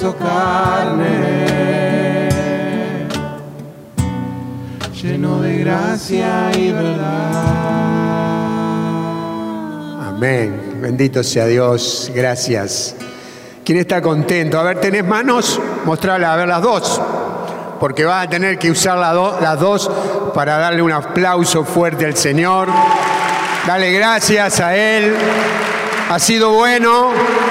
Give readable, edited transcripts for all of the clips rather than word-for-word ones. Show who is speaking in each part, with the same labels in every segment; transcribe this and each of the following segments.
Speaker 1: hizo carne, lleno de gracia y verdad.
Speaker 2: Amén. Bendito sea Dios. Gracias. ¿Quién está contento? A ver, ¿tenés manos? Mostrarla, a ver, las dos. Porque vas a tener que usar las dos para darle un aplauso fuerte al Señor. Dale gracias a Él. Ha sido bueno,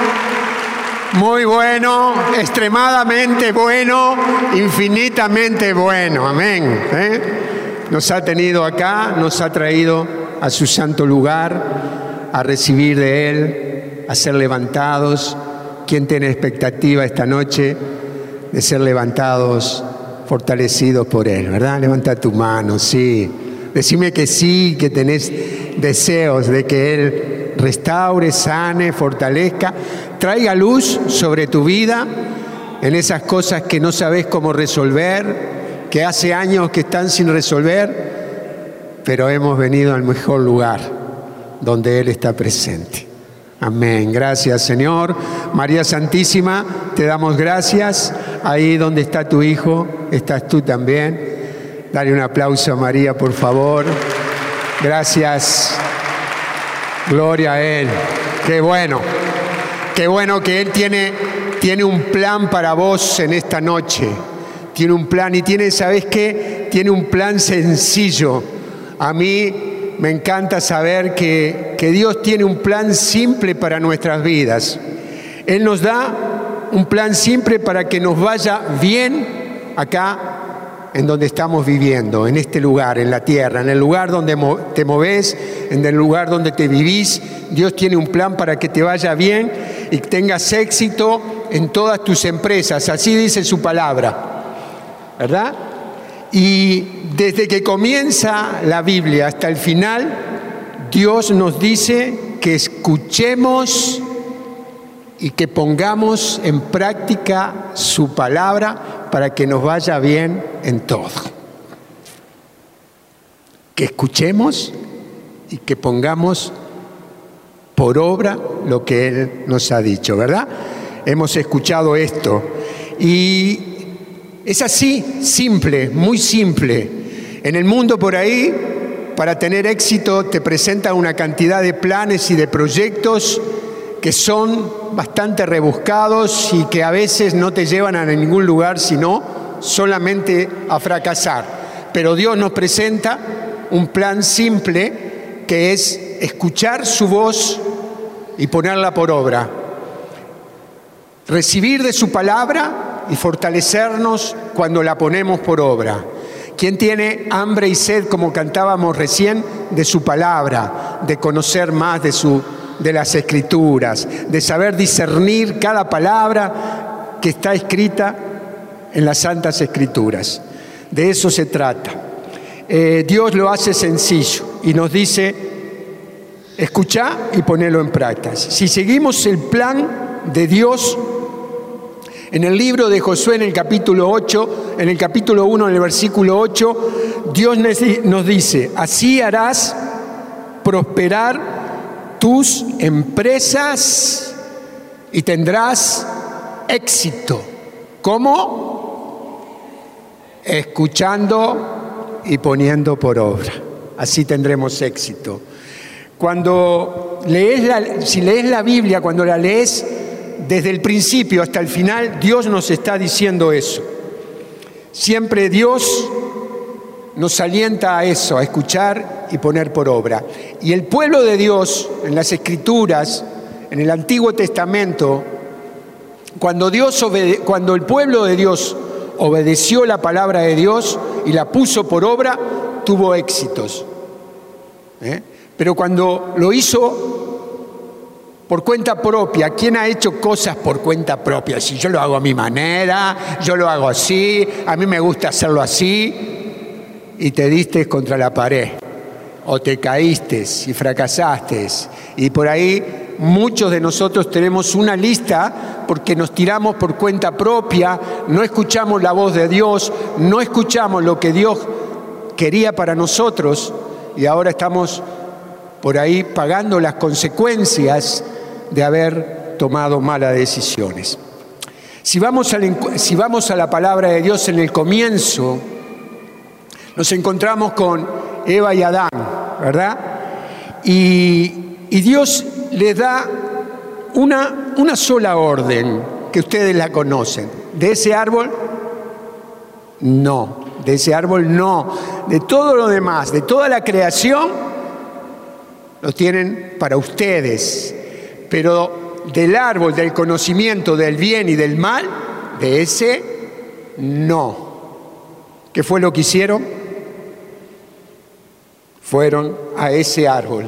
Speaker 2: muy bueno, extremadamente bueno, infinitamente bueno. Amén. Nos ha tenido acá, nos ha traído a su santo lugar, a recibir de Él, a ser levantados. ¿Quién tiene expectativa esta noche de ser levantados, fortalecidos por Él? ¿Verdad? Levanta tu mano, sí. Decime que sí, que tenés deseos de que Él restaure, sane, fortalezca, traiga luz sobre tu vida en esas cosas que no sabés cómo resolver, que hace años que están sin resolver, pero hemos venido al mejor lugar donde Él está presente. Amén. Gracias, Señor. María Santísima, te damos gracias. Ahí donde está tu Hijo, estás tú también. Dale un aplauso a María, por favor. Gracias. Gloria a Él. Qué bueno. Qué bueno que Él tiene un plan para vos en esta noche. Tiene un plan y ¿sabés qué? Tiene un plan sencillo. A mí me encanta saber que Dios tiene un plan simple para nuestras vidas. Él nos da un plan simple para que nos vaya bien acá en donde estamos viviendo, en este lugar, en la tierra, en el lugar donde te movés, en el lugar donde te vivís. Dios tiene un plan para que te vaya bien y tengas éxito en todas tus empresas. Así dice su palabra, ¿verdad? Y desde que comienza la Biblia hasta el final, Dios nos dice que escuchemos y que pongamos en práctica su palabra para que nos vaya bien en todo. Que escuchemos y que pongamos por obra lo que Él nos ha dicho, ¿verdad? Hemos escuchado esto y es así, simple, muy simple. En el mundo por ahí, para tener éxito, te presentan una cantidad de planes y de proyectos que son bastante rebuscados y que a veces no te llevan a ningún lugar, sino solamente a fracasar. Pero Dios nos presenta un plan simple que es escuchar su voz y ponerla por obra. Recibir de su palabra y fortalecernos cuando la ponemos por obra. ¿Quién tiene hambre y sed, como cantábamos recién, de su palabra, de conocer más de las Escrituras, de saber discernir cada palabra que está escrita en las Santas Escrituras? De eso se trata. Dios lo hace sencillo y nos dice: escuchá y ponelo en práctica. Si seguimos el plan de Dios, en el libro de Josué, en el capítulo 8, en el capítulo 1, en el versículo 8, Dios nos dice: así harás prosperar tus empresas y tendrás éxito. ¿Cómo? Escuchando y poniendo por obra. Así tendremos éxito. Cuando si lees la Biblia, cuando la lees desde el principio hasta el final, Dios nos está diciendo eso. Siempre Dios nos alienta a eso, a escuchar y poner por obra. Y el pueblo de Dios, en las Escrituras, en el Antiguo Testamento, cuando el pueblo de Dios obedeció la palabra de Dios y la puso por obra, tuvo éxitos. Pero cuando lo hizo por cuenta propia, ¿quién ha hecho cosas por cuenta propia? Si yo lo hago a mi manera, yo lo hago así, a mí me gusta hacerlo así, y te diste contra la pared, o te caíste y fracasaste. Y por ahí muchos de nosotros tenemos una lista porque nos tiramos por cuenta propia, no escuchamos la voz de Dios, no escuchamos lo que Dios quería para nosotros, y ahora estamos por ahí pagando las consecuencias de haber tomado malas decisiones. Si vamos a la palabra de Dios en el comienzo, nos encontramos con Eva y Adán, ¿verdad? Y Dios les da una sola orden, que ustedes la conocen. ¿De ese árbol? No. De ese árbol no. De todo lo demás, de toda la creación, lo tienen para ustedes. Pero del árbol del conocimiento del bien y del mal, de ese no. ¿Qué fue lo que hicieron? Fueron a ese árbol.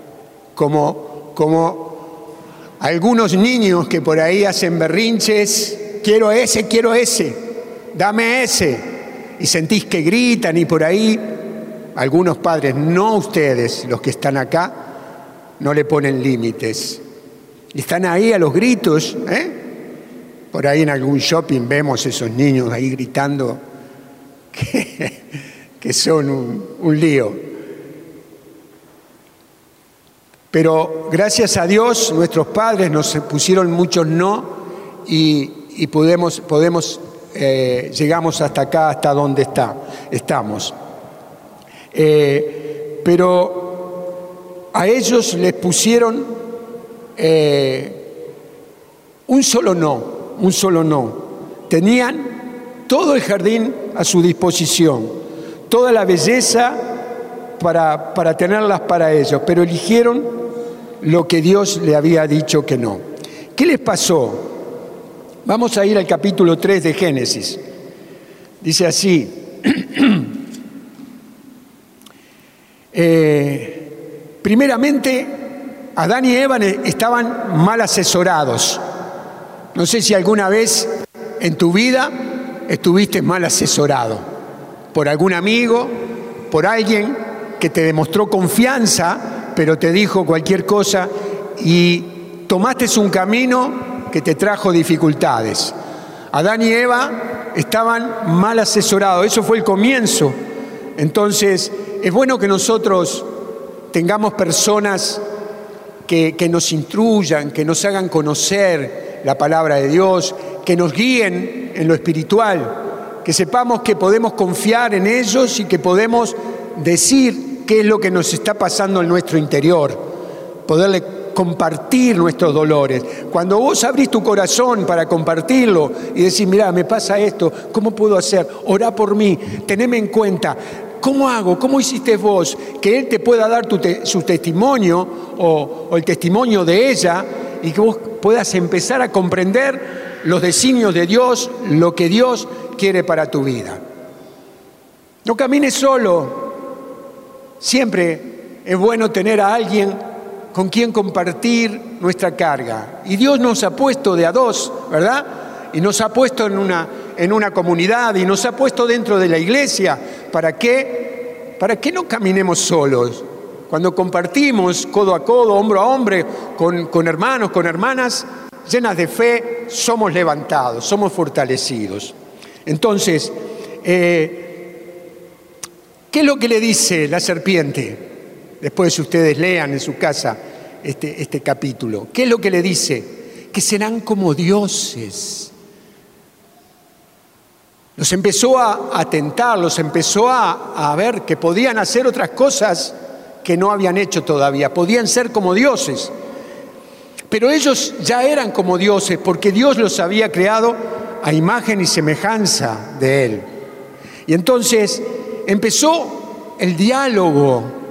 Speaker 2: Como algunos niños que por ahí hacen berrinches, quiero ese, dame ese. Y sentís que gritan y por ahí algunos padres, no ustedes, los que están acá, no le ponen límites. Y están ahí a los gritos, Por ahí en algún shopping vemos esos niños ahí gritando que son un lío. Pero gracias a Dios, nuestros padres nos pusieron muchos no y llegamos hasta acá, hasta donde estamos. Pero a ellos les pusieron un solo no. Tenían todo el jardín a su disposición, toda la belleza para tenerlas para ellos, pero eligieron lo que Dios le había dicho que no. ¿Qué les pasó? Vamos a ir al capítulo 3 de Génesis. Dice así. Primeramente, Adán y Eva estaban mal asesorados. No sé si alguna vez en tu vida estuviste mal asesorado por algún amigo, por alguien que te demostró confianza, pero te dijo cualquier cosa y tomaste un camino que te trajo dificultades. Adán y Eva estaban mal asesorados, eso fue el comienzo. Entonces, es bueno que nosotros tengamos personas que nos instruyan, que nos hagan conocer la palabra de Dios, que nos guíen en lo espiritual, que sepamos que podemos confiar en ellos y que podemos decir qué es lo que nos está pasando en nuestro interior, poderle compartir nuestros dolores. Cuando vos abrís tu corazón para compartirlo y decís, mirá, me pasa esto, ¿cómo puedo hacer? Orá por mí, teneme en cuenta. ¿Cómo hago? ¿Cómo hiciste vos? Que Él te pueda dar su testimonio o el testimonio de ella y que vos puedas empezar a comprender los designios de Dios, lo que Dios quiere para tu vida. No camines solo. Siempre es bueno tener a alguien con quien compartir nuestra carga. Y Dios nos ha puesto de a dos, ¿verdad? Y nos ha puesto en una comunidad y nos ha puesto dentro de la iglesia. ¿Para qué? Para que no caminemos solos. Cuando compartimos codo a codo, hombro a hombro, con hermanos, con hermanas, llenas de fe, somos levantados, somos fortalecidos. Entonces, ¿qué es lo que le dice la serpiente? Después ustedes lean en su casa este capítulo. ¿Qué es lo que le dice? Que serán como dioses. Los empezó a tentar, los empezó a ver que podían hacer otras cosas que no habían hecho todavía. Podían ser como dioses. Pero ellos ya eran como dioses porque Dios los había creado a imagen y semejanza de Él. Y entonces empezó el diálogo.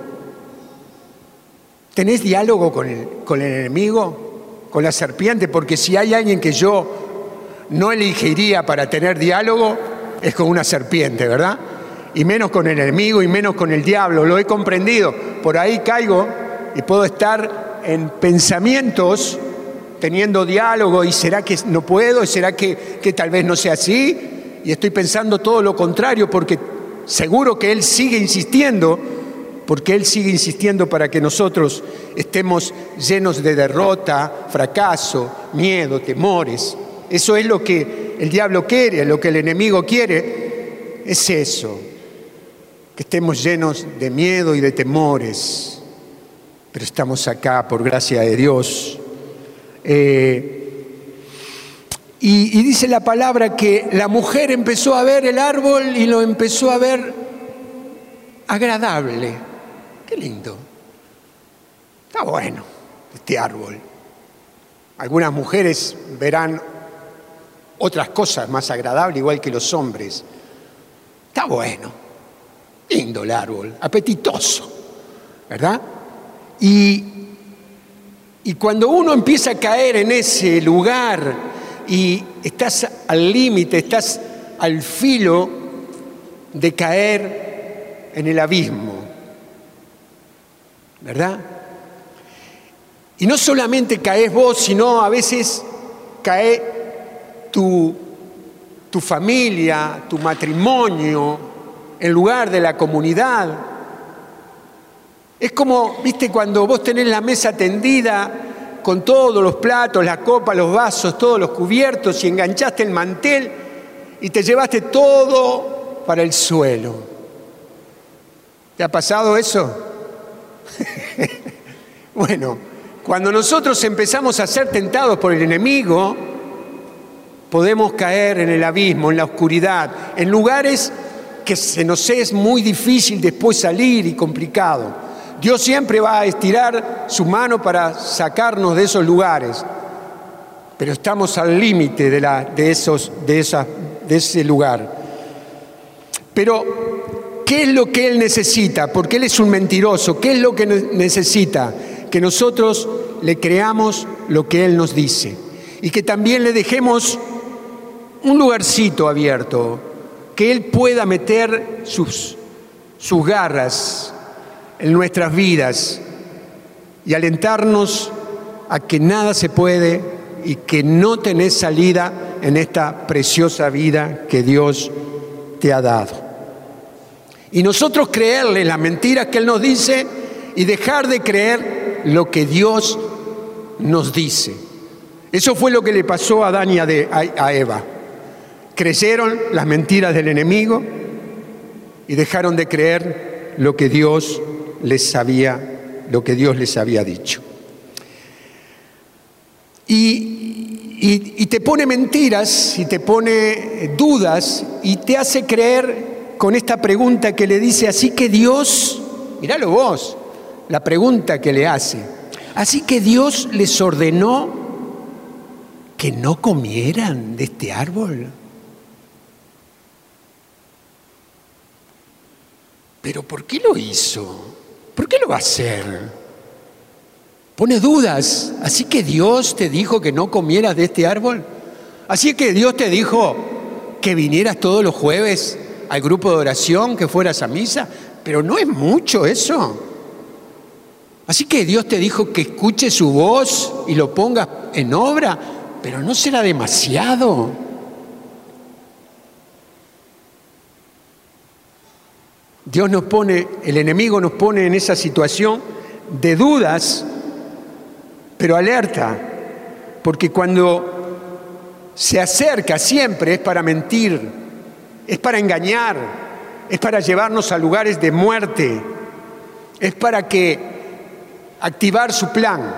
Speaker 2: ¿Tenés diálogo con el enemigo? ¿Con la serpiente? Porque si hay alguien que yo no elegiría para tener diálogo, es con una serpiente, ¿verdad? Y menos con el enemigo y menos con el diablo. Lo he comprendido. Por ahí caigo y puedo estar en pensamientos teniendo diálogo y ¿será que no puedo? ¿Será que tal vez no sea así? Y estoy pensando todo lo contrario porque seguro que Él sigue insistiendo. Porque Él sigue insistiendo para que nosotros estemos llenos de derrota, fracaso, miedo, temores. Eso es lo que el diablo quiere, lo que el enemigo quiere, es eso. Que estemos llenos de miedo y de temores. Pero estamos acá por gracia de Dios. Y dice la palabra que la mujer empezó a ver el árbol y lo empezó a ver agradable. Qué lindo. Está bueno este árbol. Algunas mujeres verán otras cosas más agradables, igual que los hombres. Está bueno. Lindo el árbol, apetitoso, ¿verdad? Y cuando uno empieza a caer en ese lugar y estás al límite, estás al filo de caer en el abismo, ¿verdad? Y no solamente caes vos, sino a veces cae tu familia, tu matrimonio, en lugar de la comunidad. Es como, viste, cuando vos tenés la mesa tendida con todos los platos, las copas, los vasos, todos los cubiertos y enganchaste el mantel y te llevaste todo para el suelo. ¿Te ha pasado eso? Bueno, cuando nosotros empezamos a ser tentados por el enemigo, podemos caer en el abismo, en la oscuridad, en lugares que se nos es muy difícil después salir y complicado. Dios siempre va a estirar su mano para sacarnos de esos lugares, pero estamos al límite de ese lugar. Pero, ¿qué es lo que Él necesita? Porque Él es un mentiroso. ¿Qué es lo que necesita? Que nosotros le creamos lo que Él nos dice y que también le dejemos un lugarcito abierto, que Él pueda meter sus garras en nuestras vidas y alentarnos a que nada se puede y que no tenés salida en esta preciosa vida que Dios te ha dado. Y nosotros creerle las mentiras que Él nos dice y dejar de creer lo que Dios nos dice. Eso fue lo que le pasó a Adán y a Eva. Creyeron las mentiras del enemigo y dejaron de creer lo que Dios les había dicho. Y te pone mentiras y te pone dudas y te hace creer con esta pregunta que le dice, así que Dios, míralo vos, la pregunta que le hace, así que Dios les ordenó que no comieran de este árbol. ¿Pero por qué lo hizo? ¿Por qué lo va a hacer? Pone dudas. ¿Así que Dios te dijo que no comieras de este árbol? ¿Así que Dios te dijo que vinieras todos los jueves al grupo de oración, que fueras a misa? Pero no es mucho eso. ¿Así que Dios te dijo que escuches su voz y lo pongas en obra? Pero no será demasiado. El enemigo nos pone en esa situación de dudas, pero alerta, porque cuando se acerca siempre es para mentir, es para engañar, es para llevarnos a lugares de muerte, es para activar su plan.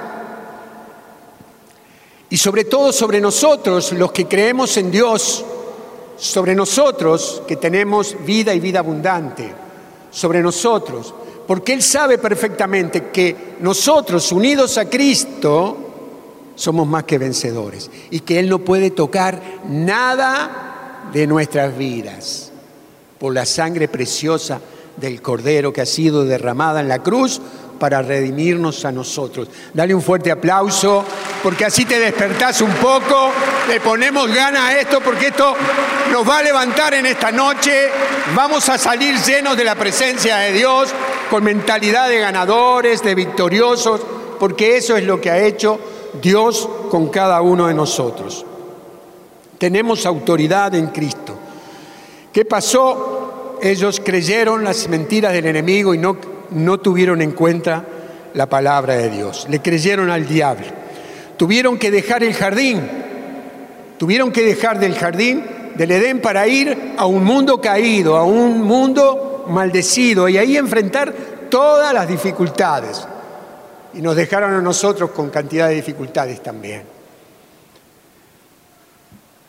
Speaker 2: Y sobre todo sobre nosotros, los que creemos en Dios, sobre nosotros que tenemos vida y vida abundante, sobre nosotros, porque Él sabe perfectamente que nosotros, unidos a Cristo, somos más que vencedores y que Él no puede tocar nada de nuestras vidas por la sangre preciosa del Cordero que ha sido derramada en la cruz para redimirnos a nosotros. Dale un fuerte aplauso, porque así te despertás un poco, le ponemos ganas a esto, porque esto nos va a levantar en esta noche. Vamos a salir llenos de la presencia de Dios, con mentalidad de ganadores, de victoriosos, porque eso es lo que ha hecho Dios con cada uno de nosotros. Tenemos autoridad en Cristo. ¿Qué pasó? Ellos creyeron las mentiras del enemigo y no tuvieron en cuenta la palabra de Dios. Le creyeron al diablo. Tuvieron que dejar el jardín. Tuvieron que dejar del jardín del Edén para ir a un mundo caído, a un mundo maldecido y ahí enfrentar todas las dificultades. Y nos dejaron a nosotros con cantidad de dificultades también.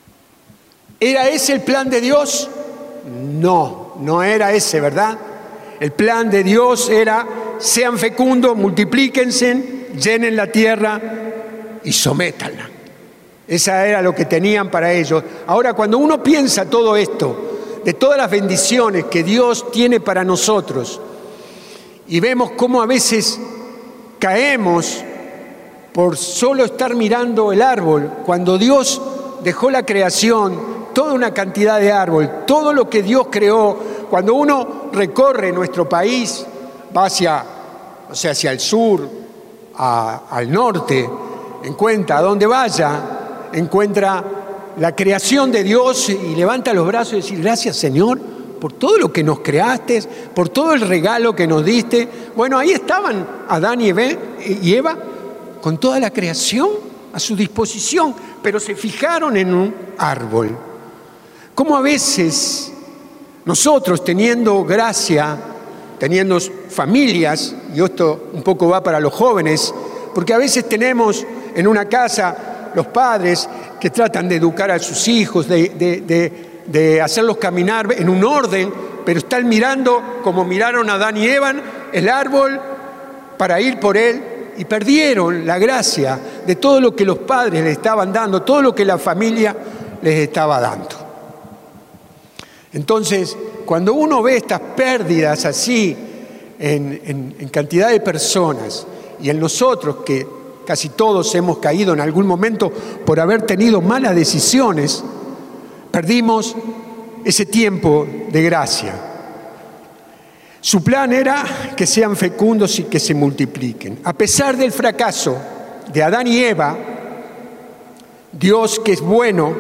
Speaker 2: ¿Era ese el plan de Dios? No, no era ese, ¿verdad? El plan de Dios era: sean fecundos, multiplíquense, llenen la tierra y sométanla. Esa era lo que tenían para ellos. Ahora, cuando uno piensa todo esto, de todas las bendiciones que Dios tiene para nosotros, y vemos cómo a veces caemos por solo estar mirando el árbol, cuando Dios dejó la creación, toda una cantidad de árbol, todo lo que Dios creó. Cuando uno recorre nuestro país, va hacia el sur, al norte, encuentra, a donde vaya, encuentra la creación de Dios y levanta los brazos y dice: gracias, Señor, por todo lo que nos creaste, por todo el regalo que nos diste. Bueno, ahí estaban Adán y Eva con toda la creación a su disposición, pero se fijaron en un árbol. Como a veces nosotros, teniendo gracia, teniendo familias, y esto un poco va para los jóvenes, porque a veces tenemos en una casa los padres que tratan de educar a sus hijos, de hacerlos caminar en un orden, pero están mirando, como miraron a Adán y Eva, el árbol para ir por él, y perdieron la gracia de todo lo que los padres les estaban dando, todo lo que la familia les estaba dando. Entonces, cuando uno ve estas pérdidas así en cantidad de personas, y en nosotros, que casi todos hemos caído en algún momento por haber tenido malas decisiones, perdimos ese tiempo de gracia. Su plan era que sean fecundos y que se multipliquen. A pesar del fracaso de Adán y Eva, Dios, que es bueno,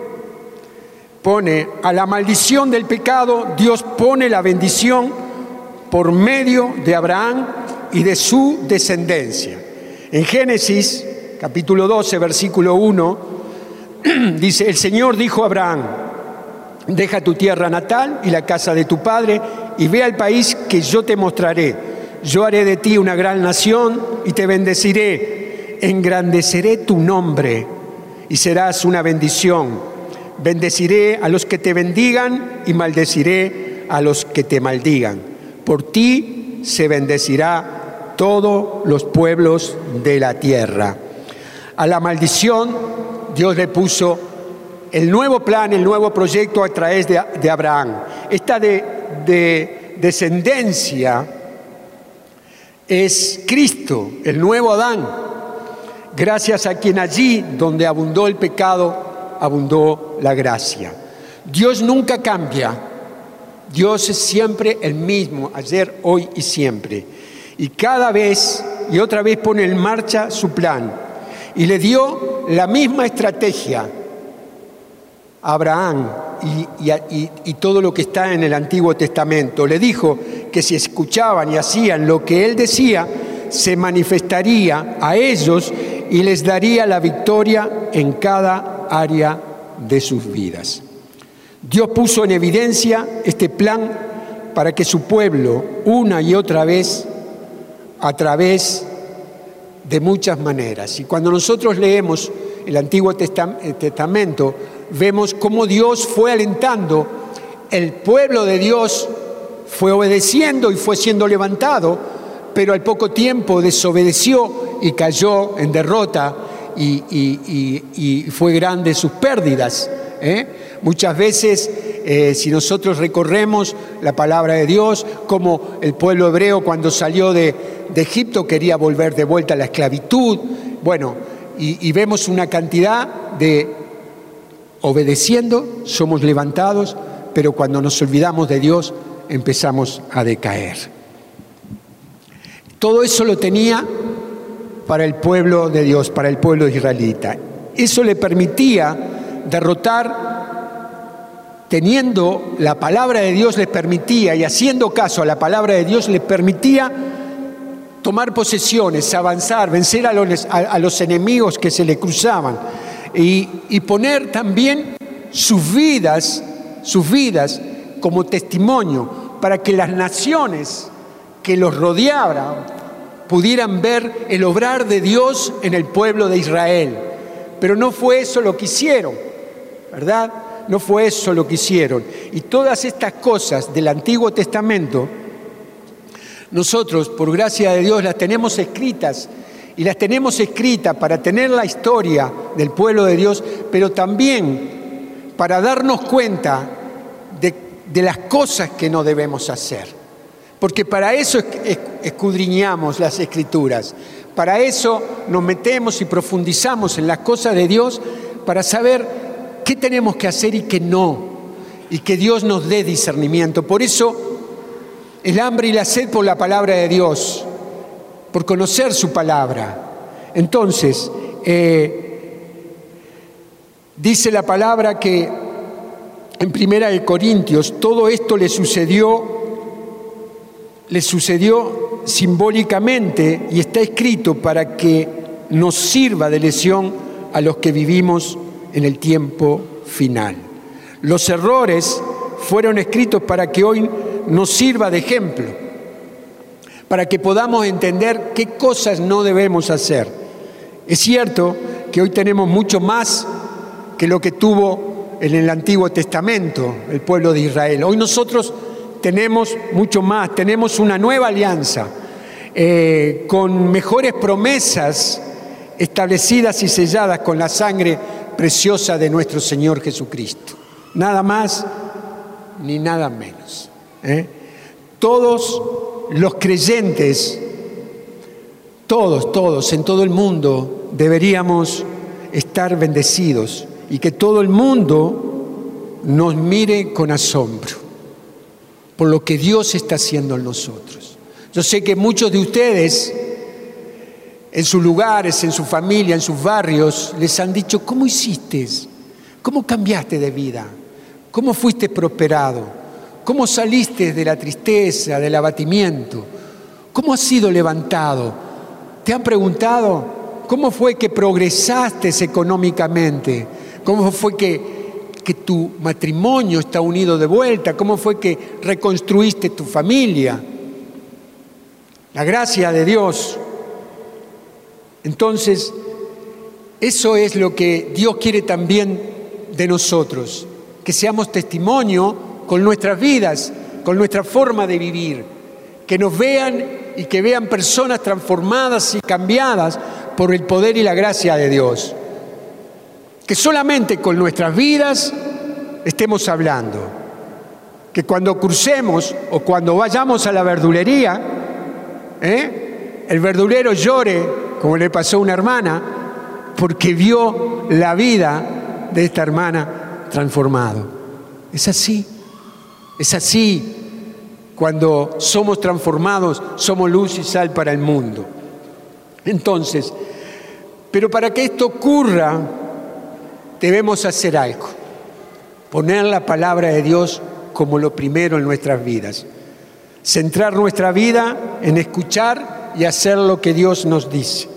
Speaker 2: pone a la maldición del pecado, Dios pone la bendición por medio de Abraham y de su descendencia. En Génesis, capítulo 12, versículo 1, dice: el Señor dijo a Abraham: deja tu tierra natal y la casa de tu padre y ve al país que yo te mostraré. Yo haré de ti una gran nación y te bendeciré. Engrandeceré tu nombre y serás una bendición. Bendeciré a los que te bendigan y maldeciré a los que te maldigan. Por ti se bendecirá todos los pueblos de la tierra. A la maldición Dios le puso el nuevo plan, el nuevo proyecto a través de Abraham. Esta de descendencia es Cristo, el nuevo Adán, gracias a quien allí donde abundó el pecado, abundó la gracia. Dios nunca cambia. Dios es siempre el mismo, ayer, hoy y siempre. Y cada vez y otra vez pone en marcha su plan. Y le dio la misma estrategia a Abraham y todo lo que está en el Antiguo Testamento. Le dijo que si escuchaban y hacían lo que él decía, se manifestaría a ellos y les daría la victoria en cada área de sus vidas. Dios puso en evidencia este plan para que su pueblo, una y otra vez, a través de muchas maneras. Y cuando nosotros leemos el Antiguo Testamento, vemos cómo Dios fue alentando, el pueblo de Dios fue obedeciendo y fue siendo levantado, pero al poco tiempo desobedeció y cayó en derrota y fue grande sus pérdidas. Muchas veces, si nosotros recorremos la palabra de Dios, como el pueblo hebreo cuando salió de Egipto quería volver de vuelta a la esclavitud, bueno, y vemos una cantidad de obedeciendo, somos levantados, pero cuando nos olvidamos de Dios empezamos a decaer. Todo eso lo tenía para el pueblo de Dios, para el pueblo israelita. Eso le permitía derrotar, teniendo la palabra de Dios les permitía, y haciendo caso a la palabra de Dios les permitía tomar posesiones, avanzar, vencer a los enemigos que se le cruzaban y poner también sus vidas como testimonio para que las naciones que los rodeaban pudieran ver el obrar de Dios en el pueblo de Israel. Pero no fue eso lo que hicieron, ¿verdad? no fue eso lo que hicieron. Y todas estas cosas del Antiguo Testamento, nosotros, por gracia de Dios, las tenemos escritas. Y las tenemos escritas para tener la historia del pueblo de Dios, pero también para darnos cuenta de las cosas que no debemos hacer. Porque para eso escudriñamos las Escrituras. Para eso nos metemos y profundizamos en las cosas de Dios para saber qué tenemos que hacer y qué no. Y que Dios nos dé discernimiento. Por eso el hambre y la sed por la palabra de Dios, por conocer su palabra. Entonces, dice la palabra que en 1 Corintios todo esto le sucedió simbólicamente y está escrito para que nos sirva de lección a los que vivimos en el tiempo final. Los errores fueron escritos para que hoy nos sirva de ejemplo, para que podamos entender qué cosas no debemos hacer. Es cierto que hoy tenemos mucho más que lo que tuvo en el Antiguo Testamento el pueblo de Israel. Hoy nosotros tenemos mucho más, tenemos una nueva alianza con mejores promesas establecidas y selladas con la sangre preciosa de nuestro Señor Jesucristo. Nada más ni nada menos. Todos los creyentes, todos en todo el mundo deberíamos estar bendecidos y que todo el mundo nos mire con asombro por lo que Dios está haciendo en nosotros. Yo sé que muchos de ustedes en sus lugares, en su familia, en sus barrios, les han dicho: ¿cómo hiciste? ¿Cómo cambiaste de vida? ¿Cómo fuiste prosperado? ¿Cómo saliste de la tristeza, del abatimiento? ¿Cómo has sido levantado? ¿Te han preguntado cómo fue que progresaste económicamente? ¿Cómo fue que tu matrimonio está unido de vuelta? ¿Cómo fue que reconstruiste tu familia? La gracia de Dios. Entonces, eso es lo que Dios quiere también de nosotros, que seamos testimonio con nuestras vidas, con nuestra forma de vivir, que nos vean y que vean personas transformadas y cambiadas por el poder y la gracia de Dios. Que solamente con nuestras vidas estemos hablando, que cuando crucemos o cuando vayamos a la verdulería, el verdulero llore, como le pasó a una hermana, porque vio la vida de esta hermana transformado. Es así. Cuando somos transformados, somos luz y sal para el mundo. Entonces, pero para que esto ocurra, debemos hacer algo. Poner la palabra de Dios como lo primero en nuestras vidas. Centrar nuestra vida en escuchar y hacer lo que Dios nos dice.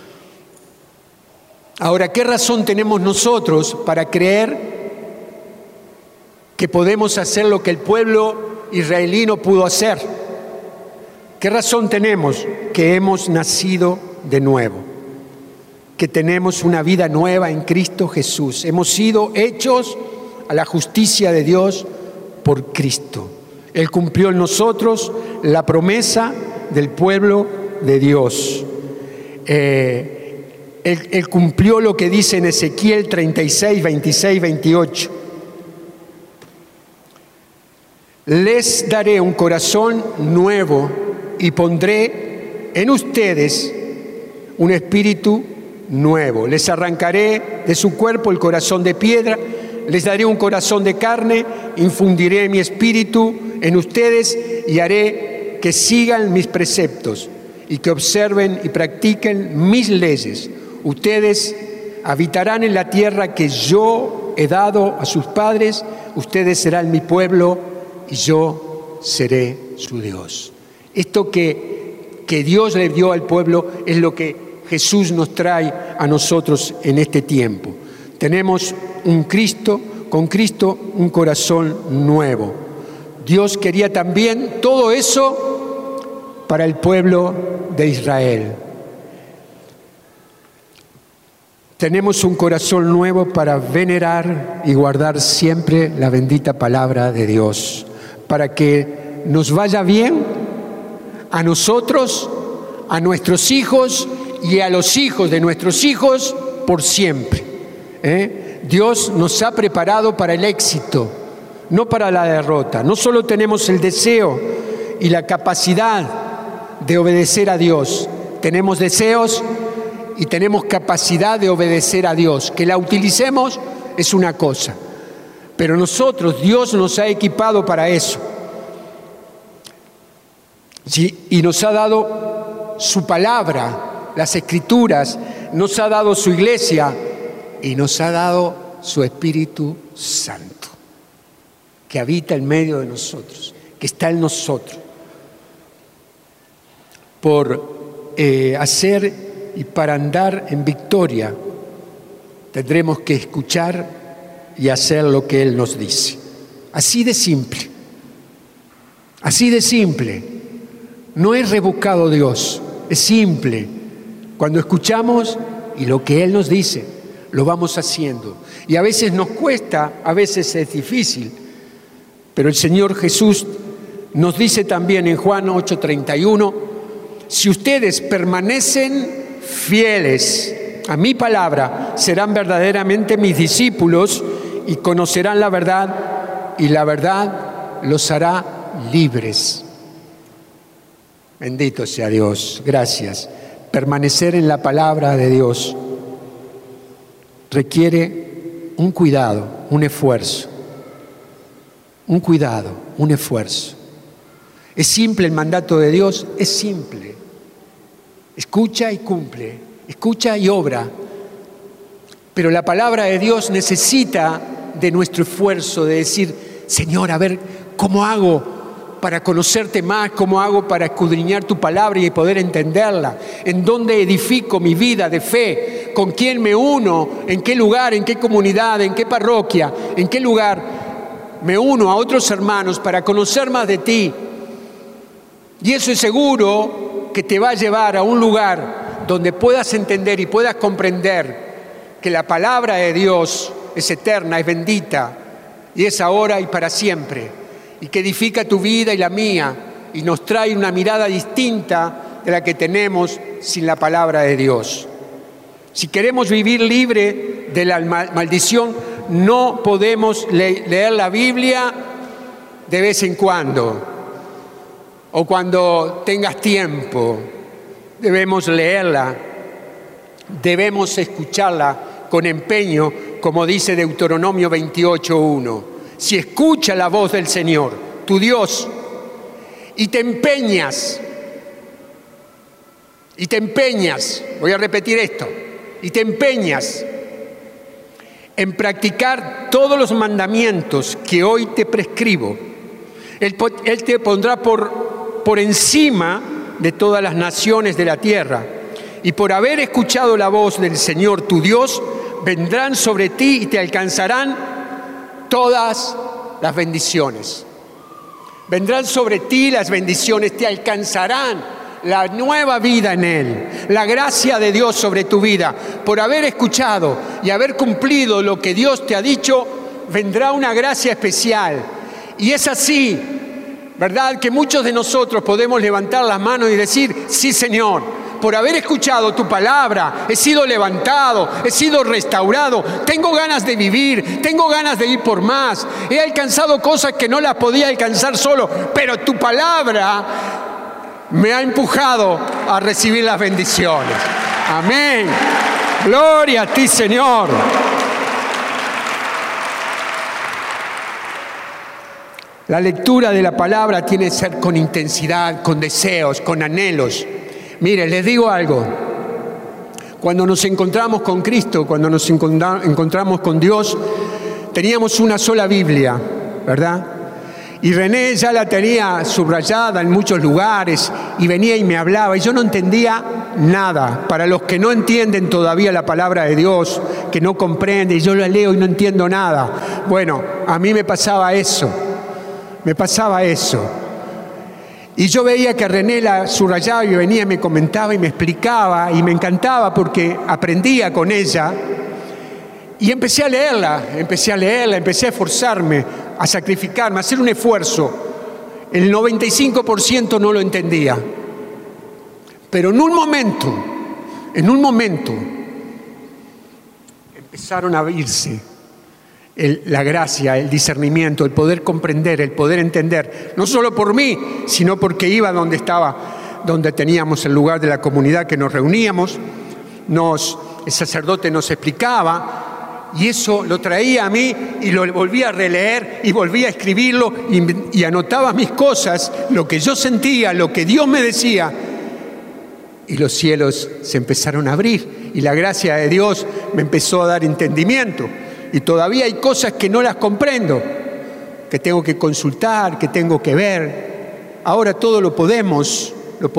Speaker 2: Ahora, ¿qué razón tenemos nosotros para creer que podemos hacer lo que el pueblo israelí no pudo hacer? ¿Qué razón tenemos? Que hemos nacido de nuevo, que tenemos una vida nueva en Cristo Jesús. Hemos sido hechos a la justicia de Dios por Cristo. Él cumplió en nosotros la promesa del pueblo de Dios. Él cumplió lo que dice en Ezequiel 36, 26, 28. Les daré un corazón nuevo y pondré en ustedes un espíritu nuevo. Les arrancaré de su cuerpo el corazón de piedra, les daré un corazón de carne, infundiré mi espíritu en ustedes y haré que sigan mis preceptos y que observen y practiquen mis leyes. Ustedes habitarán en la tierra que yo he dado a sus padres, ustedes serán mi pueblo y yo seré su Dios. Esto que Dios le dio al pueblo es lo que Jesús nos trae a nosotros en este tiempo. Tenemos con Cristo un corazón nuevo. Dios quería también todo eso para el pueblo de Israel. tenemos un corazón nuevo para venerar y guardar siempre la bendita palabra de Dios, para que nos vaya bien a nosotros, a nuestros hijos y a los hijos de nuestros hijos por siempre. Dios nos ha preparado para el éxito, no para la derrota. No solo tenemos el deseo y la capacidad de obedecer a Dios, tenemos deseos y tenemos capacidad de obedecer a Dios. Que la utilicemos es una cosa, pero nosotros, Dios nos ha equipado para eso. Sí, y nos ha dado su palabra, las Escrituras, nos ha dado su iglesia y nos ha dado su Espíritu Santo, que habita en medio de nosotros, que está en nosotros, por hacer y para andar en victoria tendremos que escuchar y hacer lo que Él nos dice. Así de simple, así de simple. No es rebuscado Dios, es simple. Cuando escuchamos y lo que Él nos dice, lo vamos haciendo. Y a veces nos cuesta, a veces es difícil, pero el Señor Jesús nos dice también en Juan 8:31, si ustedes permanecen fieles a mi palabra, serán verdaderamente mis discípulos y conocerán la verdad, y la verdad los hará libres. Bendito sea Dios, gracias. Permanecer en la palabra de Dios requiere un cuidado, un esfuerzo. Un cuidado, un esfuerzo. ¿Es simple el mandato de Dios? Es simple. Escucha y cumple, escucha y obra. Pero la palabra de Dios necesita de nuestro esfuerzo, de decir, Señor, a ver, ¿cómo hago para conocerte más? ¿Cómo hago para escudriñar tu palabra y poder entenderla? ¿En dónde edifico mi vida de fe? ¿Con quién me uno? ¿En qué lugar? ¿En qué comunidad? ¿En qué parroquia? ¿En qué lugar me uno a otros hermanos para conocer más de ti? Y eso es seguro que te va a llevar a un lugar donde puedas entender y puedas comprender que la palabra de Dios es eterna, es bendita y es ahora y para siempre, y que edifica tu vida y la mía y nos trae una mirada distinta de la que tenemos sin la palabra de Dios. Si queremos vivir libre de la maldición, no podemos leer la Biblia de vez en cuando o cuando tengas tiempo. Debemos leerla, debemos escucharla con empeño, como dice Deuteronomio 28:1. Si escuchas la voz del Señor, tu Dios, y te empeñas, voy a repetir esto, y te empeñas en practicar todos los mandamientos que hoy te prescribo, Él te pondrá por encima de todas las naciones de la tierra, y por haber escuchado la voz del Señor tu Dios, vendrán sobre ti y te alcanzarán todas las bendiciones. Vendrán sobre ti las bendiciones, te alcanzarán la nueva vida en Él, la gracia de Dios sobre tu vida. Por haber escuchado y haber cumplido lo que Dios te ha dicho, vendrá una gracia especial. Y es así, ¿verdad?, que muchos de nosotros podemos levantar las manos y decir, sí, Señor, por haber escuchado tu palabra, he sido levantado, he sido restaurado, tengo ganas de vivir, tengo ganas de ir por más, he alcanzado cosas que no las podía alcanzar solo, pero tu palabra me ha empujado a recibir las bendiciones. Amén. Gloria a ti, Señor. La lectura de la palabra tiene que ser con intensidad, con deseos, con anhelos. Mire, les digo algo. Cuando nos encontramos con Cristo, cuando nos encontramos con Dios, teníamos una sola Biblia, ¿verdad? Y René ya la tenía subrayada en muchos lugares y venía y me hablaba y yo no entendía nada. Para los que no entienden todavía la palabra de Dios, que no comprenden, y yo la leo y no entiendo nada. Bueno, a mí me pasaba eso. Y yo veía que René la subrayaba y venía y me comentaba y me explicaba y me encantaba porque aprendía con ella. Y empecé a leerla, empecé a esforzarme, a sacrificarme, a hacer un esfuerzo. El 95% no lo entendía. Pero en un momento, empezaron a abrirse la gracia, el discernimiento, el poder comprender, el poder entender. No solo por mí, sino porque iba donde teníamos el lugar de la comunidad que nos reuníamos. El sacerdote nos explicaba. Y eso lo traía a mí y lo volvía a releer y volvía a escribirlo y anotaba mis cosas, lo que yo sentía, lo que Dios me decía. Y los cielos se empezaron a abrir y la gracia de Dios me empezó a dar entendimiento. Y todavía hay cosas que no las comprendo, que tengo que consultar, que tengo que ver. Ahora todo lo podemos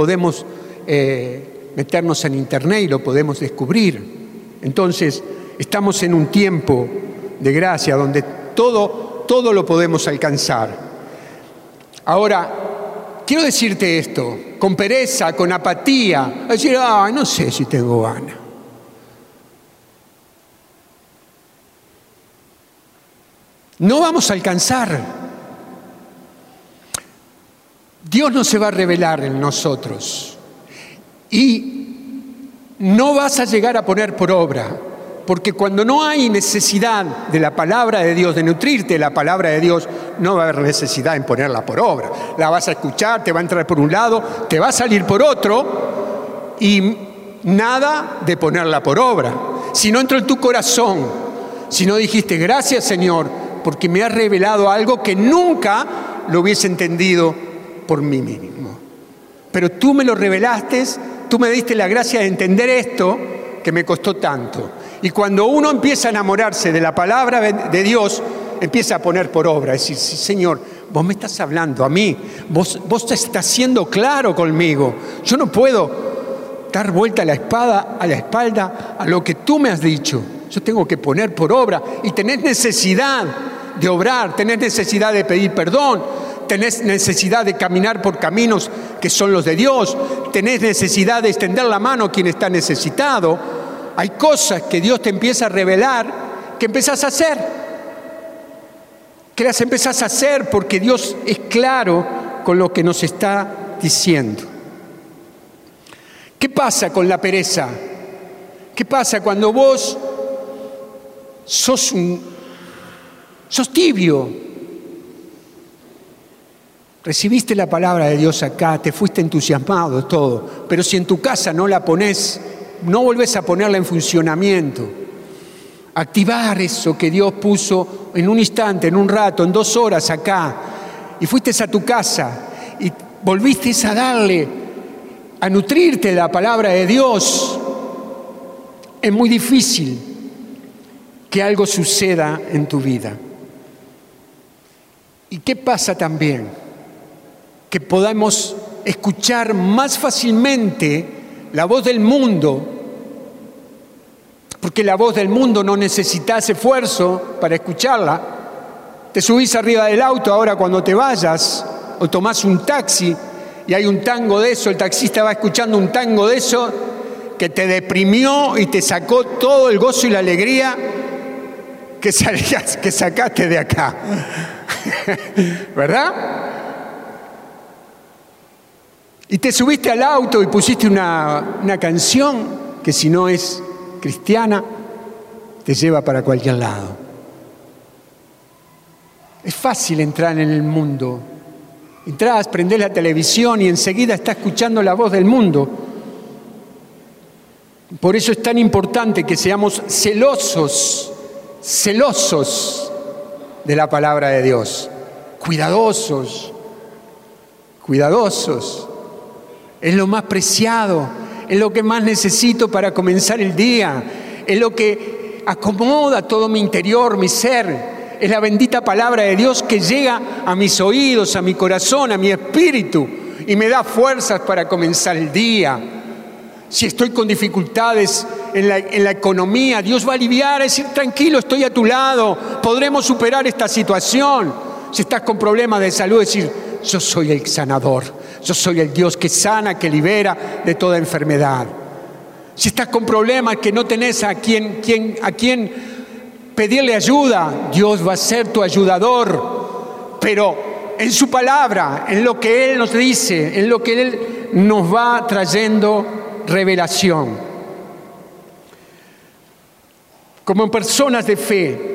Speaker 2: meternos en internet y lo podemos descubrir. Entonces, estamos en un tiempo de gracia donde todo lo podemos alcanzar. Ahora, quiero decirte esto, con pereza, con apatía, decir, no sé si tengo ganas. No vamos a alcanzar. Dios no se va a revelar en nosotros y no vas a llegar a poner por obra. Porque cuando no hay necesidad de la palabra de Dios, de nutrirte de la palabra de Dios, no va a haber necesidad en ponerla por obra. La vas a escuchar, te va a entrar por un lado, te va a salir por otro y nada de ponerla por obra. Si no entró en tu corazón, si no dijiste gracias Señor, porque me has revelado algo que nunca lo hubiese entendido por mí mismo. Pero tú me lo revelaste, tú me diste la gracia de entender esto que me costó tanto. Y cuando uno empieza a enamorarse de la palabra de Dios, empieza a poner por obra, decir, sí, Señor, vos me estás hablando a mí, vos te estás siendo claro conmigo. Yo no puedo dar vuelta a la espalda a lo que tú me has dicho. Yo tengo que poner por obra y tenés necesidad de obrar, tenés necesidad de pedir perdón, tenés necesidad de caminar por caminos que son los de Dios, tenés necesidad de extender la mano a quien está necesitado. Hay cosas que Dios te empieza a revelar que empezás a hacer, que las empezás a hacer porque Dios es claro con lo que nos está diciendo. ¿Qué pasa con la pereza? ¿Qué pasa cuando vos sos tibio? Recibiste la palabra de Dios acá, te fuiste entusiasmado, todo, pero si en tu casa no la ponés, no volvés a ponerla en funcionamiento. Activar eso que Dios puso en un instante, en un rato, en 2 horas acá. Y fuiste a tu casa y volviste a darle, a nutrirte de la palabra de Dios. Es muy difícil que algo suceda en tu vida. ¿Y qué pasa también? Que podamos escuchar más fácilmente la voz del mundo, porque la voz del mundo no necesitas esfuerzo para escucharla. Te subís arriba del auto ahora cuando te vayas, o tomás un taxi y hay un tango de eso, el taxista va escuchando un tango de eso que te deprimió y te sacó todo el gozo y la alegría que sacaste de acá. ¿Verdad? Y te subiste al auto y pusiste una canción que si no es cristiana, te lleva para cualquier lado. Es fácil entrar en el mundo. Entrás, prendés la televisión y enseguida estás escuchando la voz del mundo. Por eso es tan importante que seamos celosos de la palabra de Dios. Cuidadosos. Es lo más preciado, es lo que más necesito para comenzar el día, es lo que acomoda todo mi interior, mi ser. Es la bendita palabra de Dios que llega a mis oídos, a mi corazón, a mi espíritu y me da fuerzas para comenzar el día. Si estoy con dificultades en la economía, Dios va a aliviar, a decir, tranquilo, estoy a tu lado, podremos superar esta situación. Si estás con problemas de salud, decir, yo soy el sanador, yo soy el Dios que sana, que libera de toda enfermedad. Si estás con problemas que no tenés a quien pedirle ayuda, Dios va a ser tu ayudador, pero en su palabra, en lo que Él nos dice, en lo que Él nos va trayendo revelación. Como personas de fe,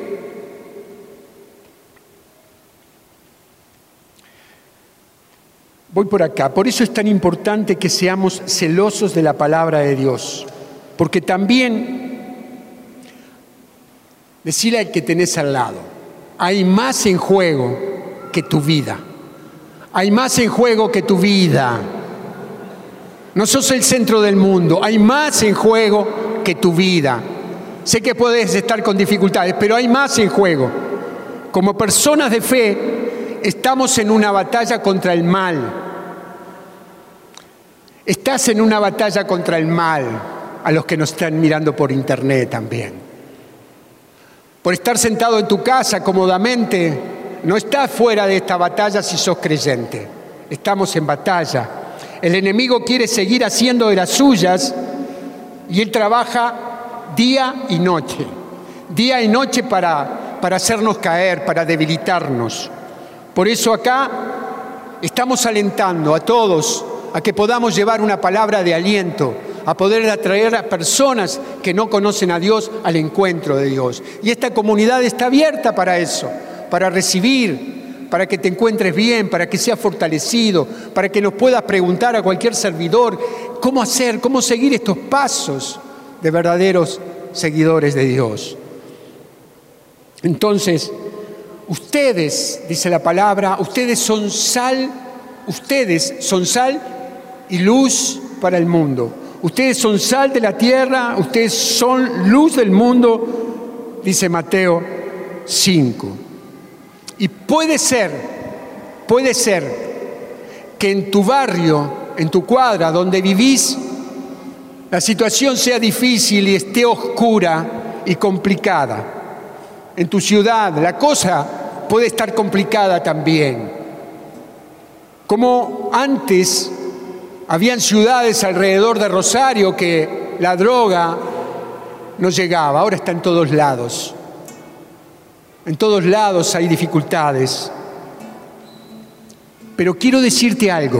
Speaker 2: voy por acá. Por eso es tan importante que seamos celosos de la palabra de Dios. Porque también, decirle al que tenés al lado, hay más en juego que tu vida. Hay más en juego que tu vida. No sos el centro del mundo. Hay más en juego que tu vida. Sé que puedes estar con dificultades, pero hay más en juego. Como personas de fe, estamos en una batalla contra el mal. Estás en una batalla contra el mal, a los que nos están mirando por internet también. Por estar sentado en tu casa cómodamente, no estás fuera de esta batalla si sos creyente. Estamos en batalla. El enemigo quiere seguir haciendo de las suyas y él trabaja día y noche para hacernos caer, para debilitarnos. Por eso acá estamos alentando a todos a que podamos llevar una palabra de aliento, a poder atraer a personas que no conocen a Dios al encuentro de Dios. Y esta comunidad está abierta para eso, para recibir, para que te encuentres bien, para que seas fortalecido, para que nos puedas preguntar a cualquier servidor cómo hacer, cómo seguir estos pasos de verdaderos seguidores de Dios. Entonces, ustedes, dice la palabra, ustedes son sal y luz para el mundo. Ustedes son sal de la tierra, ustedes son luz del mundo, dice Mateo 5. Y puede ser que en tu barrio, en tu cuadra, donde vivís, la situación sea difícil y esté oscura y complicada. En tu ciudad la cosa puede estar complicada también. Como antes habían ciudades alrededor de Rosario que la droga no llegaba, ahora está en todos lados. En todos lados hay dificultades. Pero quiero decirte algo.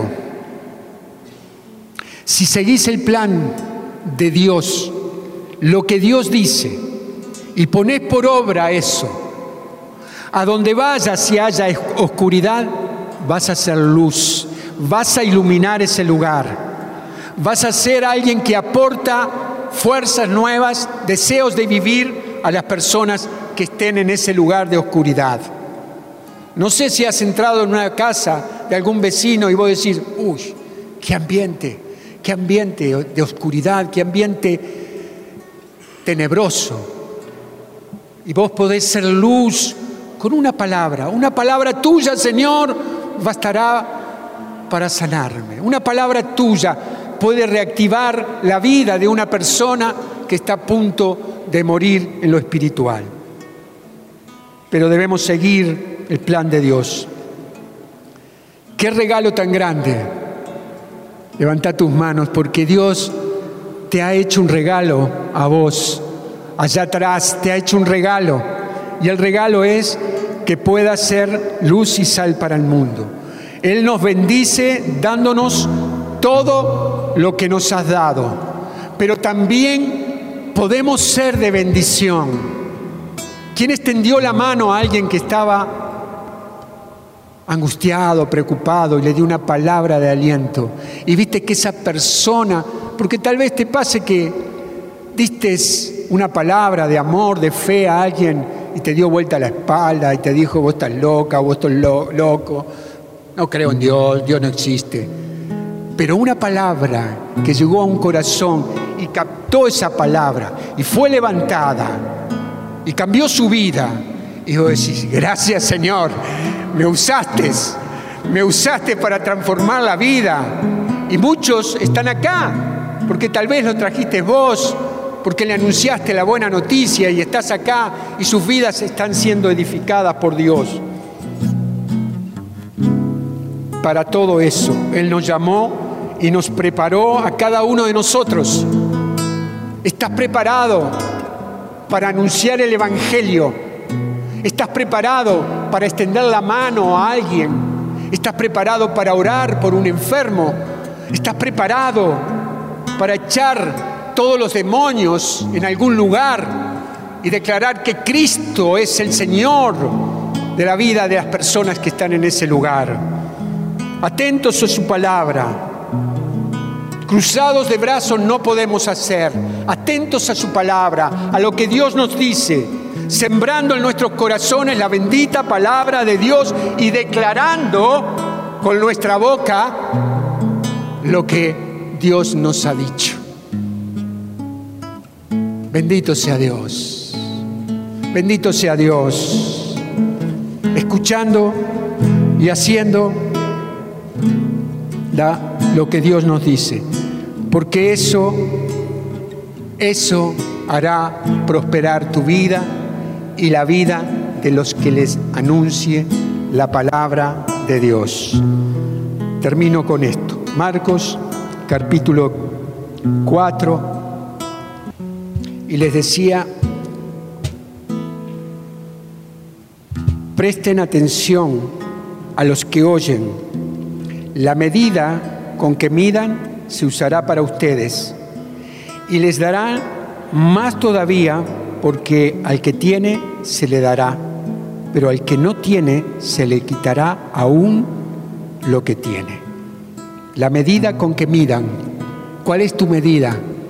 Speaker 2: Si seguís el plan de Dios, lo que Dios dice, y ponés por obra eso, a donde vayas y haya oscuridad, vas a hacer luz. Vas a iluminar ese lugar. Vas a ser alguien que aporta fuerzas nuevas, deseos de vivir a las personas que estén en ese lugar de oscuridad. No sé si has entrado en una casa de algún vecino y vos decís, uy, qué ambiente de oscuridad, qué ambiente tenebroso. Y vos podés ser luz con una palabra tuya, Señor, bastará para sanarme. Una palabra tuya puede reactivar la vida de una persona que está a punto de morir en lo espiritual. Pero debemos seguir el plan de Dios. ¡Qué regalo tan grande! Levanta tus manos porque Dios te ha hecho un regalo a vos. Allá atrás te ha hecho un regalo. Y el regalo es que puedas ser luz y sal para el mundo. Él nos bendice dándonos todo lo que nos has dado, pero también podemos ser de bendición. ¿Quién extendió la mano a alguien que estaba angustiado, preocupado y le dio una palabra de aliento? Y viste que esa persona, porque tal vez te pase que diste una palabra de amor, de fe a alguien y te dio vuelta la espalda y te dijo, vos estás loca, vos estás loco. No creo en Dios, Dios no existe. Pero una palabra que llegó a un corazón y captó esa palabra y fue levantada y cambió su vida. Y vos decís, gracias Señor, me usaste para transformar la vida. Y muchos están acá, porque tal vez lo trajiste vos, porque le anunciaste la buena noticia y estás acá y sus vidas están siendo edificadas por Dios. para todo eso. Él nos llamó y nos preparó a cada uno de nosotros. ¿Estás preparado para anunciar el Evangelio? ¿Estás preparado para extender la mano a alguien? ¿Estás preparado para orar por un enfermo? ¿Estás preparado para echar todos los demonios en algún lugar y declarar que Cristo es el Señor de la vida de las personas que están en ese lugar? Atentos a su palabra. Cruzados de brazos no podemos hacer. Atentos a su palabra, a lo que Dios nos dice, sembrando en nuestros corazones la bendita palabra de Dios y declarando con nuestra boca lo que Dios nos ha dicho. Bendito sea Dios. Bendito sea Dios. Escuchando y haciendo lo que Dios nos dice, porque eso hará prosperar tu vida y la vida de los que les anuncie la palabra de Dios. Termino con esto. Marcos capítulo 4, y les decía, presten atención a los que oyen. La medida con que midan se usará para ustedes y les dará más todavía, porque al que tiene se le dará, pero al que no tiene se le quitará aún lo que tiene. La medida con que midan. ¿Cuál es tu medida?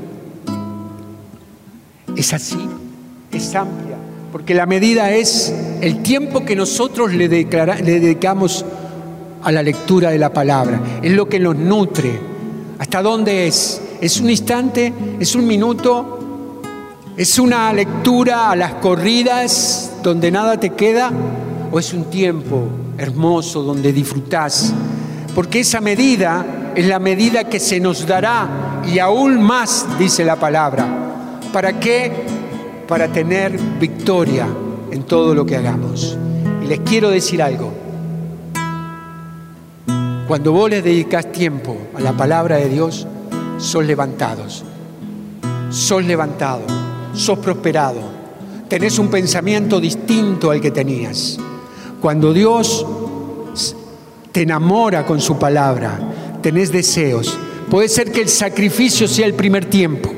Speaker 2: Es así, es amplia, porque la medida es el tiempo que nosotros le dedicamos a la lectura de la palabra. Es lo que nos nutre. ¿Hasta dónde es? ¿Es un instante? ¿Es un minuto? ¿Es una lectura a las corridas donde nada te queda? ¿O es un tiempo hermoso donde disfrutás? Porque esa medida es la medida que se nos dará, y aún más, dice la palabra. ¿Para qué? Para tener victoria en todo lo que hagamos. Y les quiero decir algo. Cuando vos le dedicás tiempo a la palabra de Dios, sos levantados, sos levantado, sos prosperado, tenés un pensamiento distinto al que tenías. Cuando Dios te enamora con su palabra, tenés deseos. Puede ser que el sacrificio sea el primer tiempo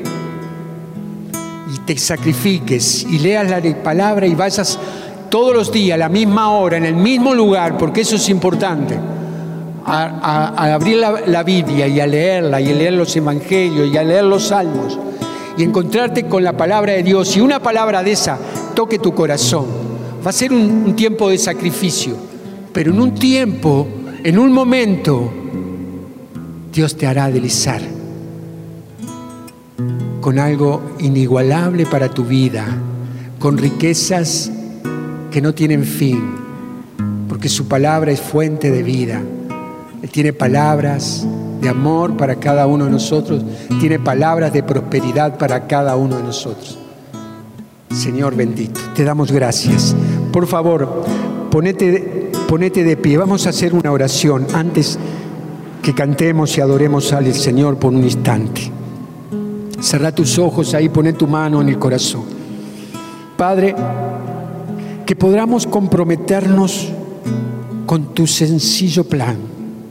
Speaker 2: y te sacrifiques y leas la palabra y vayas todos los días a la misma hora, en el mismo lugar, porque eso es importante. A abrir la Biblia y a leerla, y a leer los evangelios y a leer los salmos y encontrarte con la palabra de Dios, y una palabra de esa toque tu corazón. Va a ser un tiempo de sacrificio, pero en un tiempo, en un momento, Dios te hará deslizar con algo inigualable para tu vida, con riquezas que no tienen fin, porque su palabra es fuente de vida. Él tiene palabras de amor para cada uno de nosotros, tiene palabras de prosperidad para cada uno de nosotros. Señor bendito, te damos gracias. Por favor, ponete de pie. Vamos a hacer una oración antes que cantemos y adoremos al Señor por un instante. Cerrá tus ojos ahí, poné tu mano en el corazón. Padre, que podamos comprometernos con tu sencillo plan.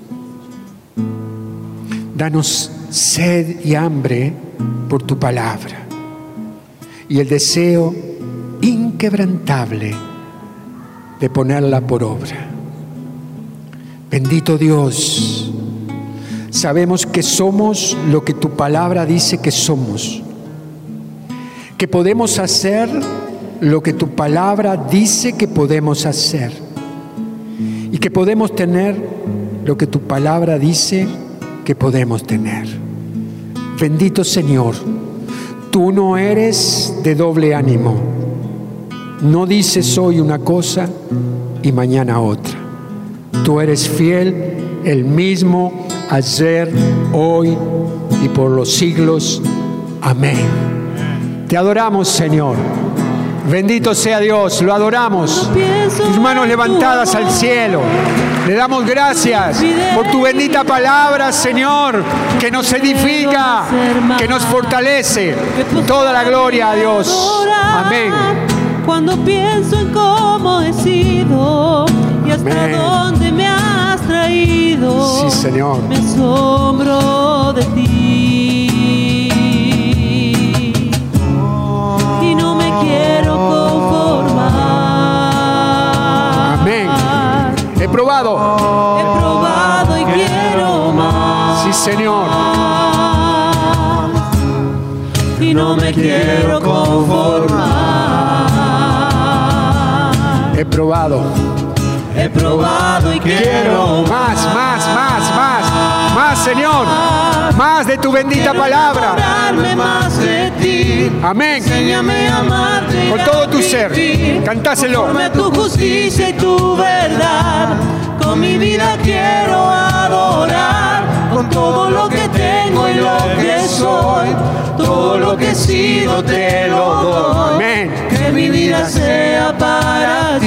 Speaker 2: Danos sed y hambre por tu palabra y el deseo inquebrantable de ponerla por obra. Bendito Dios, sabemos que somos lo que tu palabra dice que somos, que podemos hacer lo que tu palabra dice que podemos hacer, y que podemos tener lo que tu palabra dice que podemos tener. Bendito Señor, tú no eres de doble ánimo. No dices hoy una cosa y mañana otra. Tú eres fiel, el mismo ayer, hoy y por los siglos. Amén. Te adoramos, Señor. Bendito sea Dios, lo adoramos. Tus manos levantadas al cielo. Le damos gracias por tu bendita palabra, Señor, que nos edifica, que nos fortalece. Toda la gloria a Dios. Amén.
Speaker 3: Cuando pienso en cómo he sido y hasta dónde me has traído,
Speaker 2: sí, Señor,
Speaker 3: me asombro de ti y no me quiero conformar.
Speaker 2: Amén. He probado
Speaker 3: y quiero más.
Speaker 2: Sí, Señor.
Speaker 3: Y no me quiero conformar.
Speaker 2: He probado
Speaker 3: y quiero
Speaker 2: más, Señor, más de tu bendita palabra.
Speaker 3: Más de ti.
Speaker 2: Amén.
Speaker 3: Enséñame a amarte
Speaker 2: con todo tu ser. Cantáselo.
Speaker 3: Conforme tu justicia y tu verdad, con mi vida quiero adorar, con todo lo que tengo y lo que soy, todo lo que he sido te lo doy.
Speaker 2: Amén.
Speaker 3: Que mi vida sea para ti.